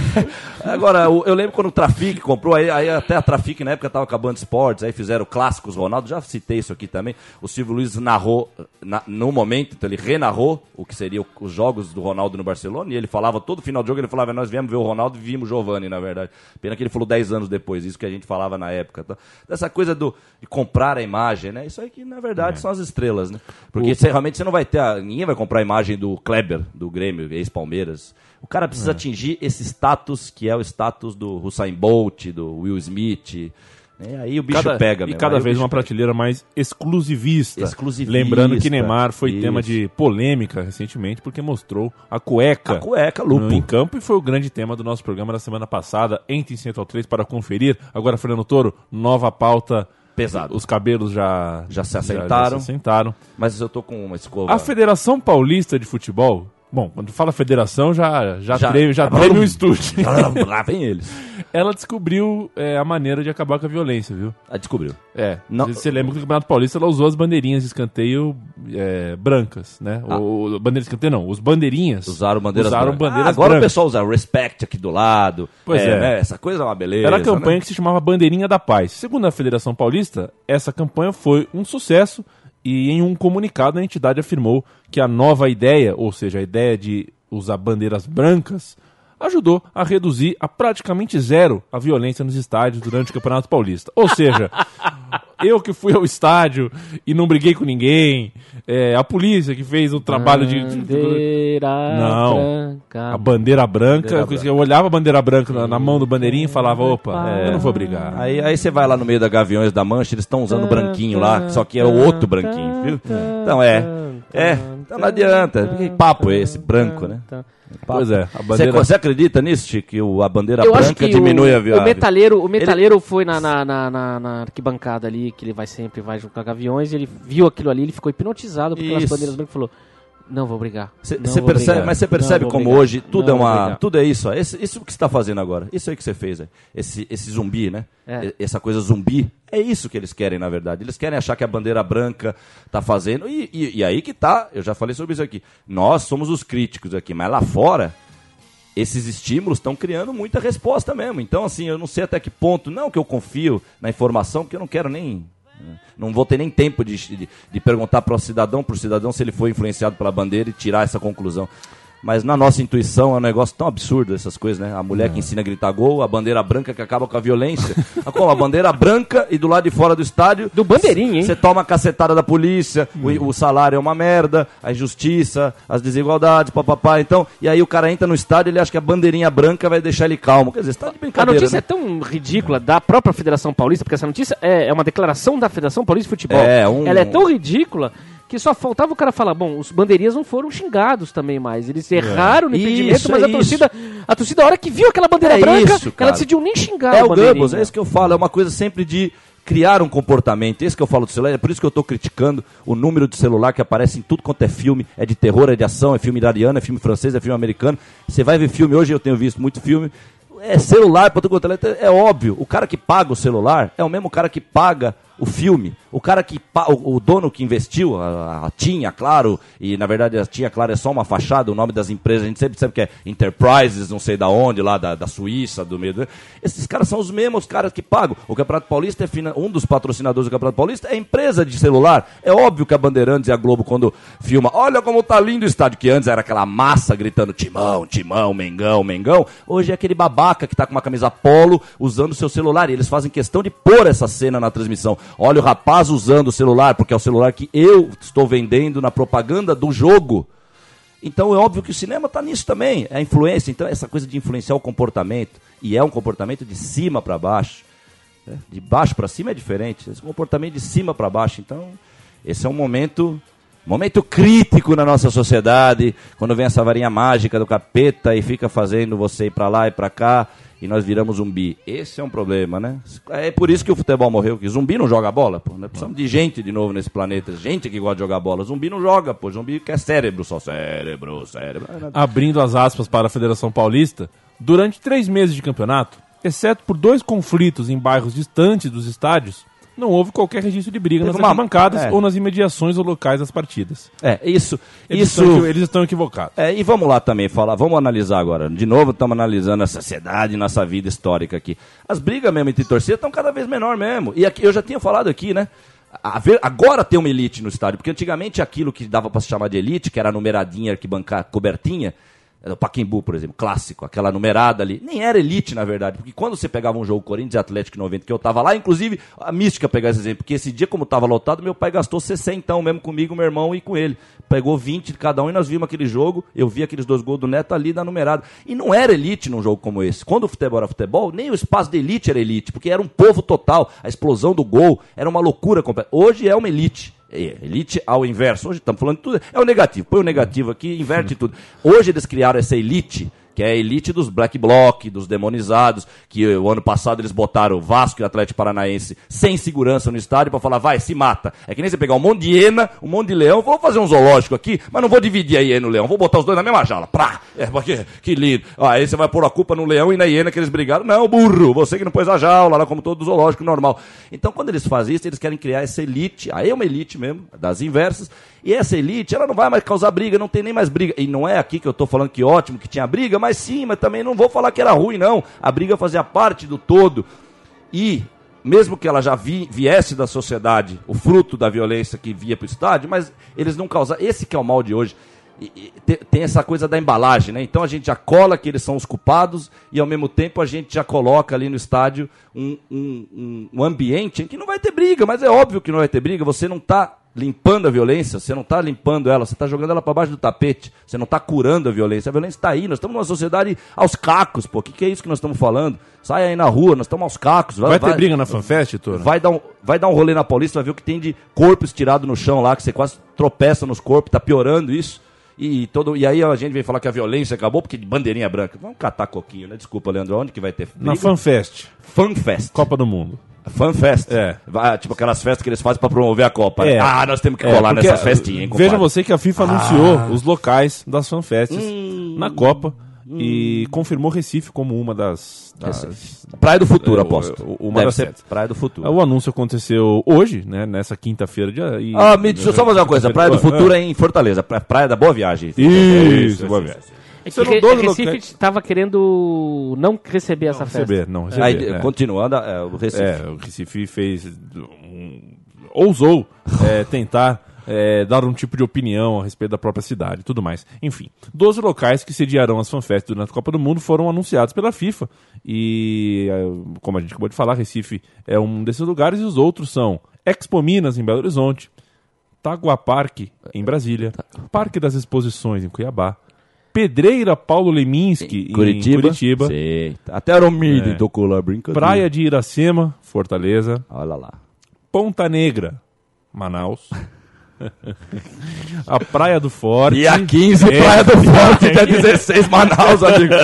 Agora, eu lembro quando o Trafic comprou, aí até a Trafic na época tava acabando esportes, aí fizeram clássicos Ronaldo, já citei isso aqui também. O Silvio Luiz narrou, no momento, então ele renarrou o que seriam os jogos do Ronaldo no Barcelona, e ele falava, todo final de jogo ele falava, nós viemos ver o Ronaldo e vimos o Giovani, na verdade. Pena que ele falou 10 anos depois, isso que a gente falava na época. Tá? Dessa coisa de comprar a imagem, né? Isso aí que, na verdade, são as estrelas, né? Porque realmente você não vai ter... ninguém vai comprar a imagem do Kleber, do Grêmio, ex-Palmeiras. O cara precisa atingir esse status, que é o status do Usain Bolt, do Will Smith... Aí o bicho pega mesmo. E cada vez uma prateleira mais exclusivista. Lembrando que Neymar foi tema de polêmica recentemente, porque mostrou a cueca Lupo em campo, e foi o grande tema do nosso programa da semana passada. Entre em Central 3 para conferir. Agora, Fernando Toro, nova pauta. Pesado. Os cabelos já se assentaram. Já se assentaram. Mas eu tô com uma escova. A Federação Paulista de Futebol... Bom, quando fala federação, já treme o estúdio. Lá vem eles. Ela descobriu a maneira de acabar com a violência, viu? Descobriu. Você lembra que no Campeonato Paulista ela usou as bandeirinhas de escanteio brancas, né? Bandeiras de escanteio não, os bandeirinhas. Usaram bandeiras brancas. Agora brancas. O pessoal usa respect aqui do lado. Pois né? Essa coisa é uma beleza. Era a campanha que se chamava Bandeirinha da Paz. Segundo a Federação Paulista, essa campanha foi um sucesso. E em um comunicado a entidade afirmou que a nova ideia, ou seja, a ideia de usar bandeiras brancas, ajudou a reduzir a praticamente zero a violência nos estádios durante o Campeonato Paulista. Ou seja, eu que fui ao estádio e não briguei com ninguém, a polícia que fez o trabalho a bandeira branca. Eu olhava a bandeira branca na mão do bandeirinha e falava, opa, eu não vou brigar. Aí você vai lá no meio da Gaviões da Mancha, eles estão usando branquinho lá, só que é o outro branquinho, viu? Então então não adianta. Que papo é esse, branco, né? Pois é. A bandeira... Você acredita nisso, Chico, que a bandeira branca diminui a violência? O metaleiro foi na arquibancada ali, que ele vai junto com a Gaviões, e ele viu aquilo ali, ele ficou hipnotizado por aquelas bandeiras brancas e falou... Não vou brigar. Mas você percebe como hoje tudo é isso. Isso que você está fazendo agora. Isso aí que você fez. Esse zumbi, né? Essa coisa zumbi. É isso que eles querem, na verdade. Eles querem achar que a bandeira branca está fazendo. E aí que tá. Eu já falei sobre isso aqui. Nós somos os críticos aqui. Mas lá fora, esses estímulos estão criando muita resposta mesmo. Então, assim, eu não sei até que ponto. Não que eu confio na informação, porque eu não quero nem... Não vou ter nem tempo de perguntar para o cidadão se ele foi influenciado pela bandeira e tirar essa conclusão. Mas na nossa intuição é um negócio tão absurdo essas coisas, né? A mulher que ensina a gritar gol, a bandeira branca que acaba com a violência. Como? A bandeira branca e do lado de fora do estádio... Do bandeirinho, hein? Você toma a cacetada da polícia, o salário é uma merda, a injustiça, as desigualdades, papapá. Então, e aí o cara entra no estádio e ele acha que a bandeirinha branca vai deixar ele calmo. Quer dizer, você tá de brincadeira, a notícia né? é tão ridícula da própria Federação Paulista, porque essa notícia é uma declaração da Federação Paulista de Futebol. Ela é tão ridícula... que só faltava o cara falar, bom, os bandeirinhas não foram xingados também mais. Eles erraram no impedimento, mas a torcida, a hora que viu aquela bandeira branca, ela decidiu nem xingar o Goebbels, é isso que eu falo, é uma coisa sempre de criaram um comportamento, esse que eu falo do celular, é por isso que eu estou criticando o número de celular que aparece em tudo quanto é filme, é de terror, é de ação, é filme iraniano, é filme francês, é filme americano. Você vai ver filme, hoje eu tenho visto muito filme, é celular, é óbvio, o cara que paga o celular é o mesmo cara que paga o filme, o cara que o dono que investiu, a TIM, a Claro, e na verdade a TIM, a Claro é só uma fachada, o nome das empresas, a gente sempre sabe que é Enterprises, não sei da onde, lá da Suíça, do meio. Esses caras são os mesmos caras que pagam. O Campeonato Paulista um dos patrocinadores do Campeonato Paulista é a empresa de celular. É óbvio que a Bandeirantes e a Globo, quando filma, olha como tá lindo o estádio, que antes era aquela massa gritando Timão, Timão, Mengão, Mengão, hoje é aquele babaca que tá com uma camisa polo usando o seu celular, e eles fazem questão de pôr essa cena na transmissão. Olha o rapaz usando o celular, porque é o celular que eu estou vendendo na propaganda do jogo. Então é óbvio que o cinema está nisso também, é a influência. Então essa coisa de influenciar o comportamento, e é um comportamento de cima para baixo, né? De baixo para cima é diferente, esse comportamento de cima para baixo. Então esse é um momento crítico na nossa sociedade, quando vem essa varinha mágica do capeta e fica fazendo você ir para lá e para cá, e nós viramos zumbi. Esse é um problema, né? É por isso que o futebol morreu, que zumbi não joga bola, pô. Nós precisamos de gente de novo nesse planeta, gente que gosta de jogar bola. Zumbi não joga, pô. Zumbi quer cérebro, só cérebro. Abrindo as aspas para a Federação Paulista, durante 3 meses de campeonato, exceto por 2 conflitos em bairros distantes dos estádios, não houve qualquer registro de briga nas arquibancadas ou nas imediações ou locais das partidas. Eles estão equivocados. E vamos lá também falar, vamos analisar agora. De novo, estamos analisando a sociedade, nossa vida histórica aqui. As brigas mesmo entre torcidas estão cada vez menor mesmo. E aqui, eu já tinha falado aqui, né? Agora tem uma elite no estádio, porque antigamente aquilo que dava para se chamar de elite, que era a numeradinha, arquibancada, cobertinha, o Pacaembu, por exemplo, clássico, aquela numerada ali, nem era elite, na verdade, porque quando você pegava um jogo Corinthians e Atlético 90, que eu tava lá, inclusive, a mística pegar esse exemplo, porque esse dia, como tava lotado, meu pai gastou 60 mesmo comigo, meu irmão e com ele. Pegou 20 de cada um e nós vimos aquele jogo, eu vi aqueles 2 gols do Neto ali da numerada. E não era elite num jogo como esse. Quando o futebol era futebol, nem o espaço de elite era elite, porque era um povo total, a explosão do gol era uma loucura completa. Hoje é uma elite. Elite ao inverso. Hoje estamos falando de tudo. É o negativo. Põe o negativo aqui, inverte tudo. Hoje eles criaram essa elite, que é a elite dos black bloc, dos demonizados, que o ano passado eles botaram o Vasco e o Atlético Paranaense sem segurança no estádio para falar, vai, se mata. É que nem você pegar um monte de hiena, um monte de leão, vou fazer um zoológico aqui, mas não vou dividir a hiena e o leão, vou botar os dois na mesma jaula. Que lindo. Aí você vai pôr a culpa no leão e na hiena que eles brigaram. Não, burro, você que não pôs a jaula, lá como todo zoológico normal. Então quando eles fazem isso, eles querem criar essa elite, aí é uma elite mesmo, das inversas, e essa elite, ela não vai mais causar briga, não tem nem mais briga. E não é aqui que eu estou falando que ótimo, que tinha briga, mas sim, mas também não vou falar que era ruim, não. A briga fazia parte do todo. E, mesmo que ela já viesse da sociedade, o fruto da violência que via para o estádio, mas eles não causaram. Esse que é o mal de hoje. Tem essa coisa da embalagem, né? Então a gente já cola que eles são os culpados e, ao mesmo tempo, a gente já coloca ali no estádio um ambiente em que não vai ter briga, mas é óbvio que não vai ter briga. Você não está limpando a violência, você não está limpando ela, você está jogando ela para baixo do tapete, você não está curando a violência está aí, nós estamos numa sociedade aos cacos, pô, o que é isso que nós estamos falando? Sai aí na rua, nós estamos aos cacos. Vai ter briga na FanFest, Toro? Vai dar um rolê na Paulista, vai ver o que tem de corpo estirado no chão lá, que você quase tropeça nos corpos, está piorando isso. E aí a gente vem falar que a violência acabou porque de bandeirinha branca. Vamos catar coquinho, né? Desculpa, Leandro, onde que vai ter briga? Na FanFest. FanFest. Copa do Mundo. FanFest. Tipo aquelas festas que eles fazem pra promover a Copa. Nós temos que colar nessas festinhas, hein, compadre? Veja você que a FIFA anunciou os locais das FanFests na Copa e confirmou Recife como uma das Praia do Futuro, aposto. Uma das sedes. Praia do Futuro. O anúncio aconteceu hoje, né? Nessa quinta-feira. Deixa eu só fazer uma coisa. Praia do Futuro é em Fortaleza. Praia da Boa Viagem. Isso, Boa Viagem. É que Recife estava querendo não receber essa festa. Não receber. Continuando, o Recife. O Recife fez... ousou tentar dar um tipo de opinião a respeito da própria cidade e tudo mais. Enfim, 12 locais que sediarão as FanFests durante a Copa do Mundo foram anunciados pela FIFA. E, como a gente acabou de falar, Recife é um desses lugares e os outros são Expo Minas, em Belo Horizonte, Tagua Parque, em Brasília, Parque das Exposições, em Cuiabá, Pedreira Paulo Leminski, em Curitiba. Sim. Até Aromide tocou lá, brincadeira. Praia de Iracema, Fortaleza. Olha lá. Ponta Negra, Manaus. A Praia do Forte. Dia 15, Praia do Forte. Dia 16, Manaus, amigo.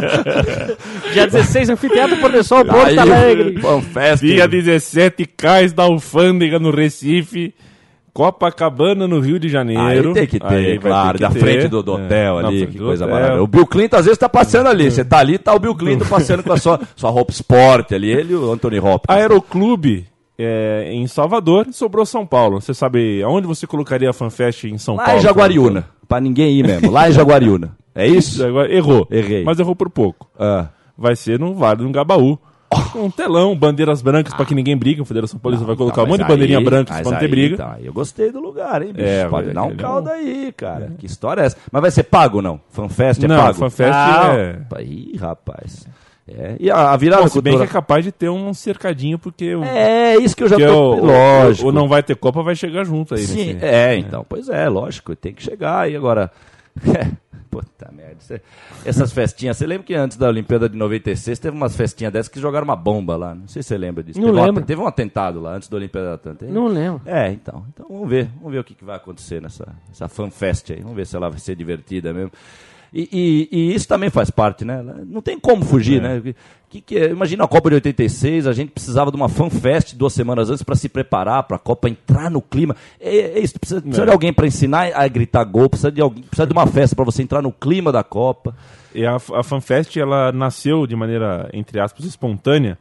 Dia 16, Anfiteatro Professor Porto Alegre. Fanfest. Dia 17, Cais da Alfândega, no Recife. Copacabana, no Rio de Janeiro. Aí tem que ter, claro, da frente do hotel ali, que coisa maravilhosa. O Bill Clinton às vezes tá passeando ali, você tá ali, tá o Bill Clinton passeando com a sua roupa esporte ali, ele e o Anthony Hopkins. Aeroclube em Salvador, sobrou São Paulo. Você sabe aonde você colocaria a FanFest em São Paulo? Lá em Jaguariúna, pra ninguém ir mesmo, lá em Jaguariúna. É isso? Errou. Errei. Mas errou por pouco. Vai ser no Vale do Gabaú. Um telão, bandeiras brancas pra que ninguém brigue. A Federação Paulista vai colocar um monte de bandeirinha branca pra não ter briga. Tá, eu gostei do lugar, hein, bicho? Pode dar um caldo aí, cara. Que história é essa? Mas vai ser pago ou não? FanFest é pago? Não, FanFest é... Ih, rapaz. E a virada cultural... Se bem que é capaz de ter um cercadinho, porque... isso que eu já tô... Lógico. Ou não vai ter Copa, vai chegar junto aí. Sim, então. Pois lógico. Tem que chegar. E agora... Puta merda. Essas festinhas, você lembra que antes da Olimpíada de 96 teve umas festinhas dessas que jogaram uma bomba lá? Não sei se você lembra disso. Não lembro. Teve um atentado lá antes da Olimpíada de Atlanta. Não lembro. Então vamos ver o que vai acontecer nessa FanFest aí. Vamos ver se ela vai ser divertida mesmo. E isso também faz parte, né? Não tem como fugir, né? Imagina a Copa de 86, a gente precisava de uma FanFest 2 semanas antes para se preparar para a Copa, entrar no clima. Isso, precisa de alguém para ensinar a gritar gol, precisa de uma festa para você entrar no clima da Copa. E a FanFest, ela nasceu de maneira, entre aspas, espontânea,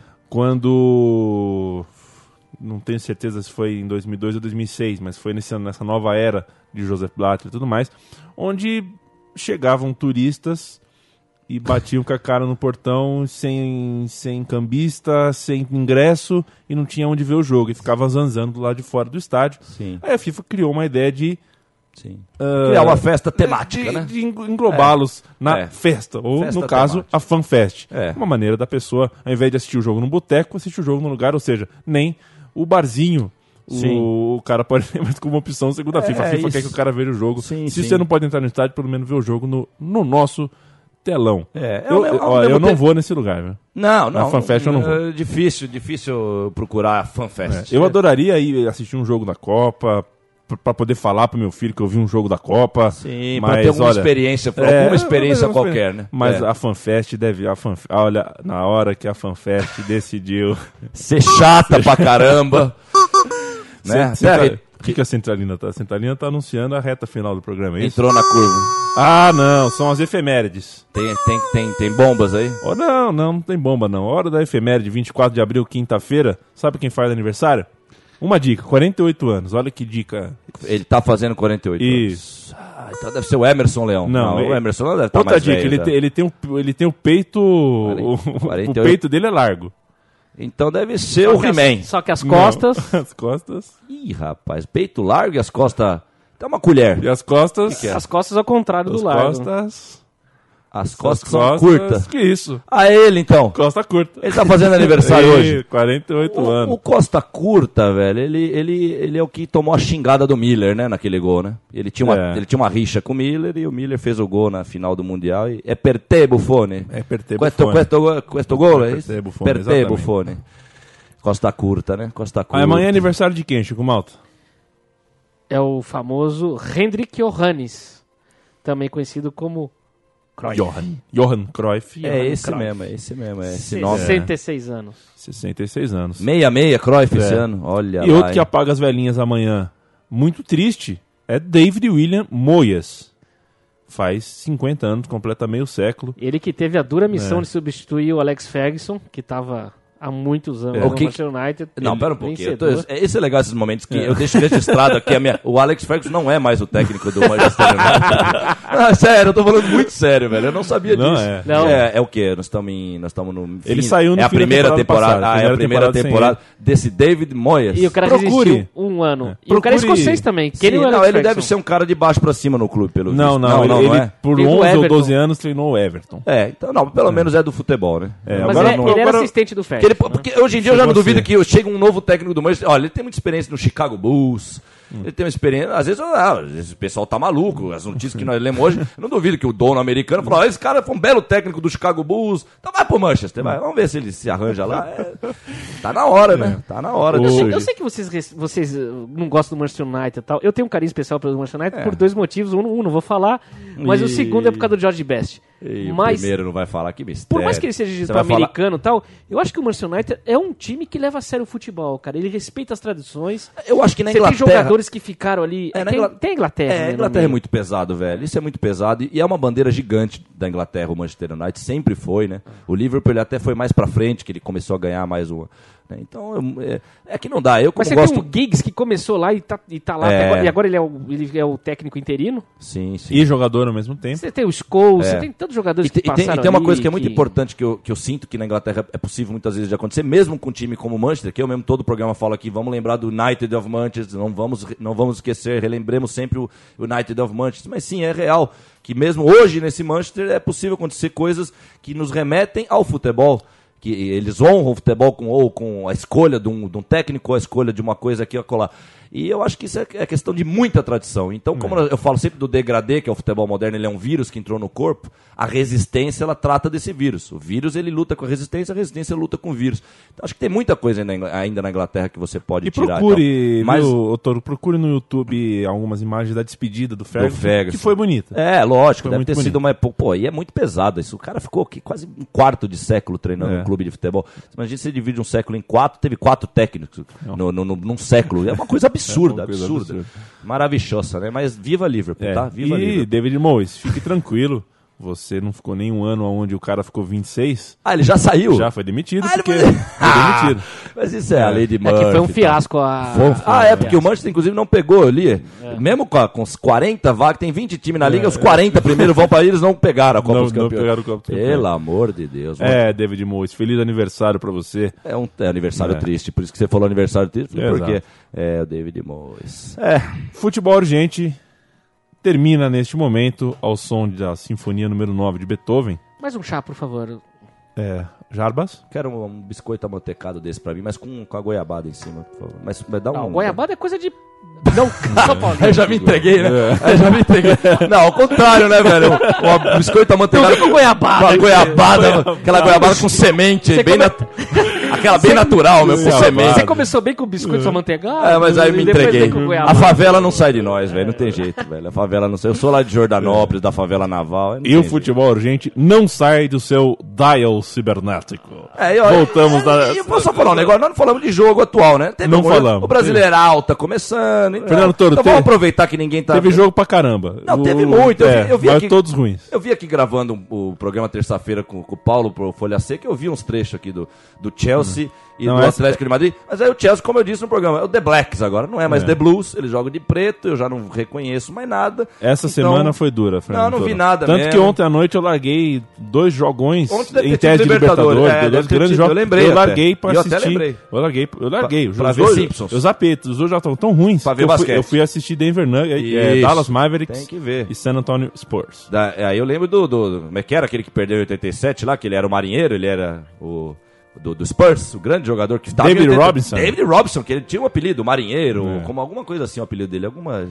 quando... Não tenho certeza se foi em 2002 ou 2006, mas foi nessa nova era de Joseph Blatter e tudo mais, onde chegavam turistas e batiam com a cara no portão sem cambista, sem ingresso, e não tinha onde ver o jogo, e ficava zanzando do lado de fora do estádio. Sim. Aí a FIFA criou uma ideia de criar uma festa temática, né? De englobá-los na festa, ou festa no caso, temática. a FanFest. Uma maneira da pessoa, ao invés de assistir o jogo no boteco, assistir o jogo no lugar, ou seja, nem o barzinho. O cara pode ter mais como opção segundo a FIFA. A FIFA quer que o cara veja o jogo. Se você não pode entrar no estádio, pelo menos ver o jogo no nosso telão. Eu não vou nesse lugar, viu? Não. Na FanFest eu não vou. É difícil procurar a FanFest. Eu adoraria ir assistir um jogo da Copa, para poder falar pro meu filho que eu vi um jogo da Copa. Sim, para ter alguma experiência qualquer, né? Mas a FanFest deve... Olha, na hora que a FanFest decidiu... Ser chata pra caramba... Né? O que a Centralina tá? A Centralina tá anunciando a reta final do programa, é isso? Entrou na curva. Ah, não, são as efemérides. Tem bombas aí? Oh, não tem bomba não. Hora da efeméride, 24 de abril, quinta-feira. Sabe quem faz aniversário? Uma dica, 48 anos. Olha que dica. Ele tá fazendo 48 Isso. anos. Então deve ser o Emerson Leão. Não, o Emerson não deve estar mais velho. Outra dica, ele tem o peito... O peito dele é largo. Então deve ser o He-Man. Só que as costas... Não, as costas... Ih, rapaz, peito largo e as costas... Dá uma colher. E as costas... Que é? As costas ao contrário do largo. As costas são curtas. Que isso? Ele então. Costa curta. Ele tá fazendo aniversário hoje. 48 anos. O Costa Curta, velho, ele é o que tomou a xingada do Miller, né, naquele gol, né? Ele tinha uma rixa com o Miller e o Miller fez o gol na final do Mundial. É per te, Buffone. É per te, Buffone. Questo gol, é isso? Per te, Buffone. Costa Curta, né? Costa Curta. Amanhã é aniversário de quem, Chico Malta? É o famoso Hendrik Johannes, também conhecido como... Johan Cruyff. Esse mesmo. 66 anos. 66 anos. 66 Cruyff esse ano. Olha e lá, outro que apaga as velhinhas amanhã, muito triste, é David William Moyes. Faz 50 anos, completa meio século. Ele que teve a dura missão de substituir o Alex Ferguson, que estava há muitos anos no Manchester United. Não, pera um pouquinho. Esse é legal esses momentos que eu deixo registrado aqui. O Alex Ferguson não é mais o técnico do Manchester United. Sério, eu tô falando muito sério, velho. Eu não sabia disso. É o quê? Nós estamos no fim. Ele saiu no fim a primeira temporada. É a primeira temporada desse David Moyes. E o cara resistiu um ano. E o cara é escocês também. Ele deve ser um cara de baixo pra cima no clube, pelo visto. Não é. Por 11 ou 12 anos treinou o Everton. Então pelo menos é do futebol, né? Mas ele era assistente do Ferguson. Porque hoje em dia eu já não duvido que chega um novo técnico do Manchester. Olha, ele tem muita experiência no Chicago Bulls, Ele tem uma experiência, às vezes o pessoal tá maluco, as notícias que nós lemos hoje, eu não duvido que o dono americano falou, esse cara foi um belo técnico do Chicago Bulls, então vai pro Manchester, vai, vamos ver se ele se arranja lá. Tá na hora, né? Tá na hora. Eu sei que vocês não gostam do Manchester United e tal, eu tenho um carinho especial pelo Manchester United por 2 motivos, um não vou falar, mas o segundo é por causa do George Best. Mas, o primeiro não vai falar, que mistério. Por mais que ele seja dito americano e tal, eu acho que o Manchester United é um time que leva a sério o futebol, cara. Ele respeita as tradições. Eu acho que na Inglaterra... Você tem jogadores que ficaram ali... Tem a Inglaterra. A Inglaterra é muito pesado, velho. Isso é muito pesado. E é uma bandeira gigante da Inglaterra, o Manchester United. Sempre foi, né? O Liverpool ele até foi mais pra frente, que ele começou a ganhar mais uma... Então, é que não dá. Mas você tem o Giggs que começou lá e tá lá até agora, e agora ele é o técnico interino. Sim. E jogador ao mesmo tempo. Você tem o Scholes, você tem tantos jogadores que passaram E tem uma coisa que é muito importante que eu sinto que na Inglaterra é possível muitas vezes de acontecer, mesmo com um time como o Manchester, que eu mesmo todo o programa falo aqui, vamos lembrar do United of Manchester, não vamos esquecer, relembremos sempre o United of Manchester, mas sim, é real que mesmo hoje nesse Manchester é possível acontecer coisas que nos remetem ao futebol, que eles honram o futebol com a escolha de um técnico, ou a escolha de uma coisa aqui ou acolá. E eu acho que isso é questão de muita tradição. Então, como eu falo sempre do degradê, que é o futebol moderno, ele é um vírus que entrou no corpo, a resistência, ela trata desse vírus. O vírus, ele luta com a resistência luta com o vírus. Então, acho que tem muita coisa ainda na Inglaterra que você pode tirar. Procure no YouTube algumas imagens da despedida do Ferguson, que foi bonita. Lógico, deve ter sido uma... Pô, e é muito pesado isso. O cara ficou aqui quase um quarto de século treinando um clube de futebol. Imagina se você divide um século em 4, teve 4 técnicos num século. É uma coisa absurda. Maravilhosa, né? Mas viva Liverpool, tá? Viva Liverpool. David Moyes, fique tranquilo. Você não ficou nem um ano onde o cara ficou 26. Ele já saiu? Já foi demitido, foi demitido. Mas isso é a lei de Murphy. É que foi um fiasco. Porque o Manchester, inclusive, não pegou ali. Mesmo com os 40 vagas, tem 20 times na liga, os 40 primeiro vão para eles, não pegaram a Copa dos Campeões. Não pegaram o Copa dos Campeões. Pelo amor de Deus. David Moyes, feliz aniversário para você. É um aniversário triste, por isso que você falou aniversário triste, porque o David Moyes. Futebol urgente termina neste momento ao som da Sinfonia número 9 de Beethoven. Mais um chá, por favor. Jarbas? Quero um biscoito amantecado desse pra mim, mas com a goiabada em cima, por favor. Mas dá goiabada é coisa de... Eu já me entreguei, né? Não, ao contrário, né, velho? O biscoito amanteigado com goiabada. Aquela goiabada com semente, aquela bem natural, com semente. Você começou bem com o biscoito amanteigado? Mas aí me entreguei. A favela não sai de nós, velho. Não tem jeito, velho. A favela não sai. Eu sou lá de Jordanópolis, da favela naval. E o futebol urgente não sai do seu dial cibernético. Voltamos da... Eu posso só falar um negócio? Nós não falamos de jogo atual, né? Não falamos. O Brasileirão tá começando. Então, Fernando Toro, vamos aproveitar que ninguém tá... Teve jogo pra caramba. Não, teve muito. Eu vi mas aqui, todos ruins. Eu vi aqui gravando o programa terça-feira com o Paulo pro Folha Seca, eu vi uns trechos aqui do Chelsea e do Atlético de Madrid. Mas aí o Chelsea, como eu disse no programa, é o The Blacks agora, não é mais The Blues. Eles jogam de preto, eu já não reconheço mais nada. Essa semana foi dura, Fernando. Não vi nada Tanto mesmo. que ontem à noite eu larguei 2 jogões em tese de Libertadores. Dois grandes jogos. Eu lembrei. Eu larguei pra assistir. Eu larguei. Pra ver Simpsons. Eu zapei. Os dois já estavam tão ruins pra ver basquete. Eu fui assistir Denver Nuggets, Dallas Mavericks tem que ver. E San Antonio Spurs. Aí eu lembro do como é que era aquele que perdeu em 87 lá, que ele era o marinheiro, ele era o... Do Spurs, o grande jogador que estava... David Robinson. David Robinson, que ele tinha um apelido, Marinheiro, como alguma coisa assim, o apelido dele, alguma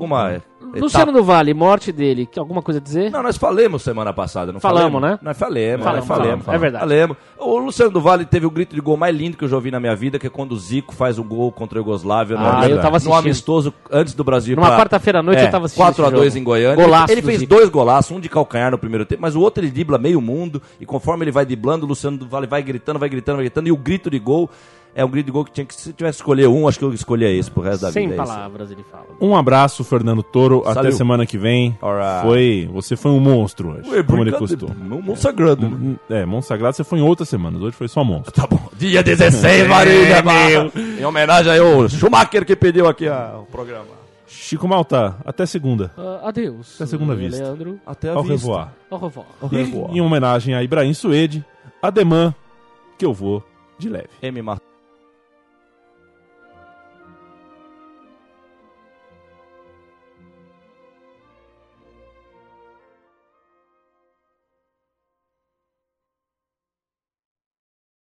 Luciano do Vale, morte dele, alguma coisa a dizer? Não, nós falamos semana passada, não falamos, né? Nós falamos. É verdade. Falamos. O Luciano do Vale teve o grito de gol mais lindo que eu já ouvi na minha vida, que é quando o Zico faz o gol contra a Iugoslávia eu tava assistindo. no amistoso antes do Brasil. Numa quarta-feira à noite eu tava assistindo 4-2 em Goiânia. Golaço ele fez 2 golaços, um de calcanhar no primeiro tempo, mas o outro ele dribla meio mundo, e conforme ele vai driblando, o Luciano do Vale vai gritando, e o grito de gol é um grito de gol que tinha que, se tivesse que escolher um, acho que eu escolheria esse pro resto da vida. Sem palavras ele fala. Um abraço, Fernando Toro, até semana que vem. Você foi um monstro hoje, como ele custou. Um monstro sagrado. Monstro sagrado você foi em outras semanas, hoje foi só monstro. Tá bom. Dia 16, Marília, em homenagem aí ao Schumacher que pediu aqui o programa. Chico Malta, até segunda. Adeus. Até segunda vista. Leandro. Até a vista. Au revoir. E em homenagem a Ibrahim Suede, Ademã, que eu vou de leve.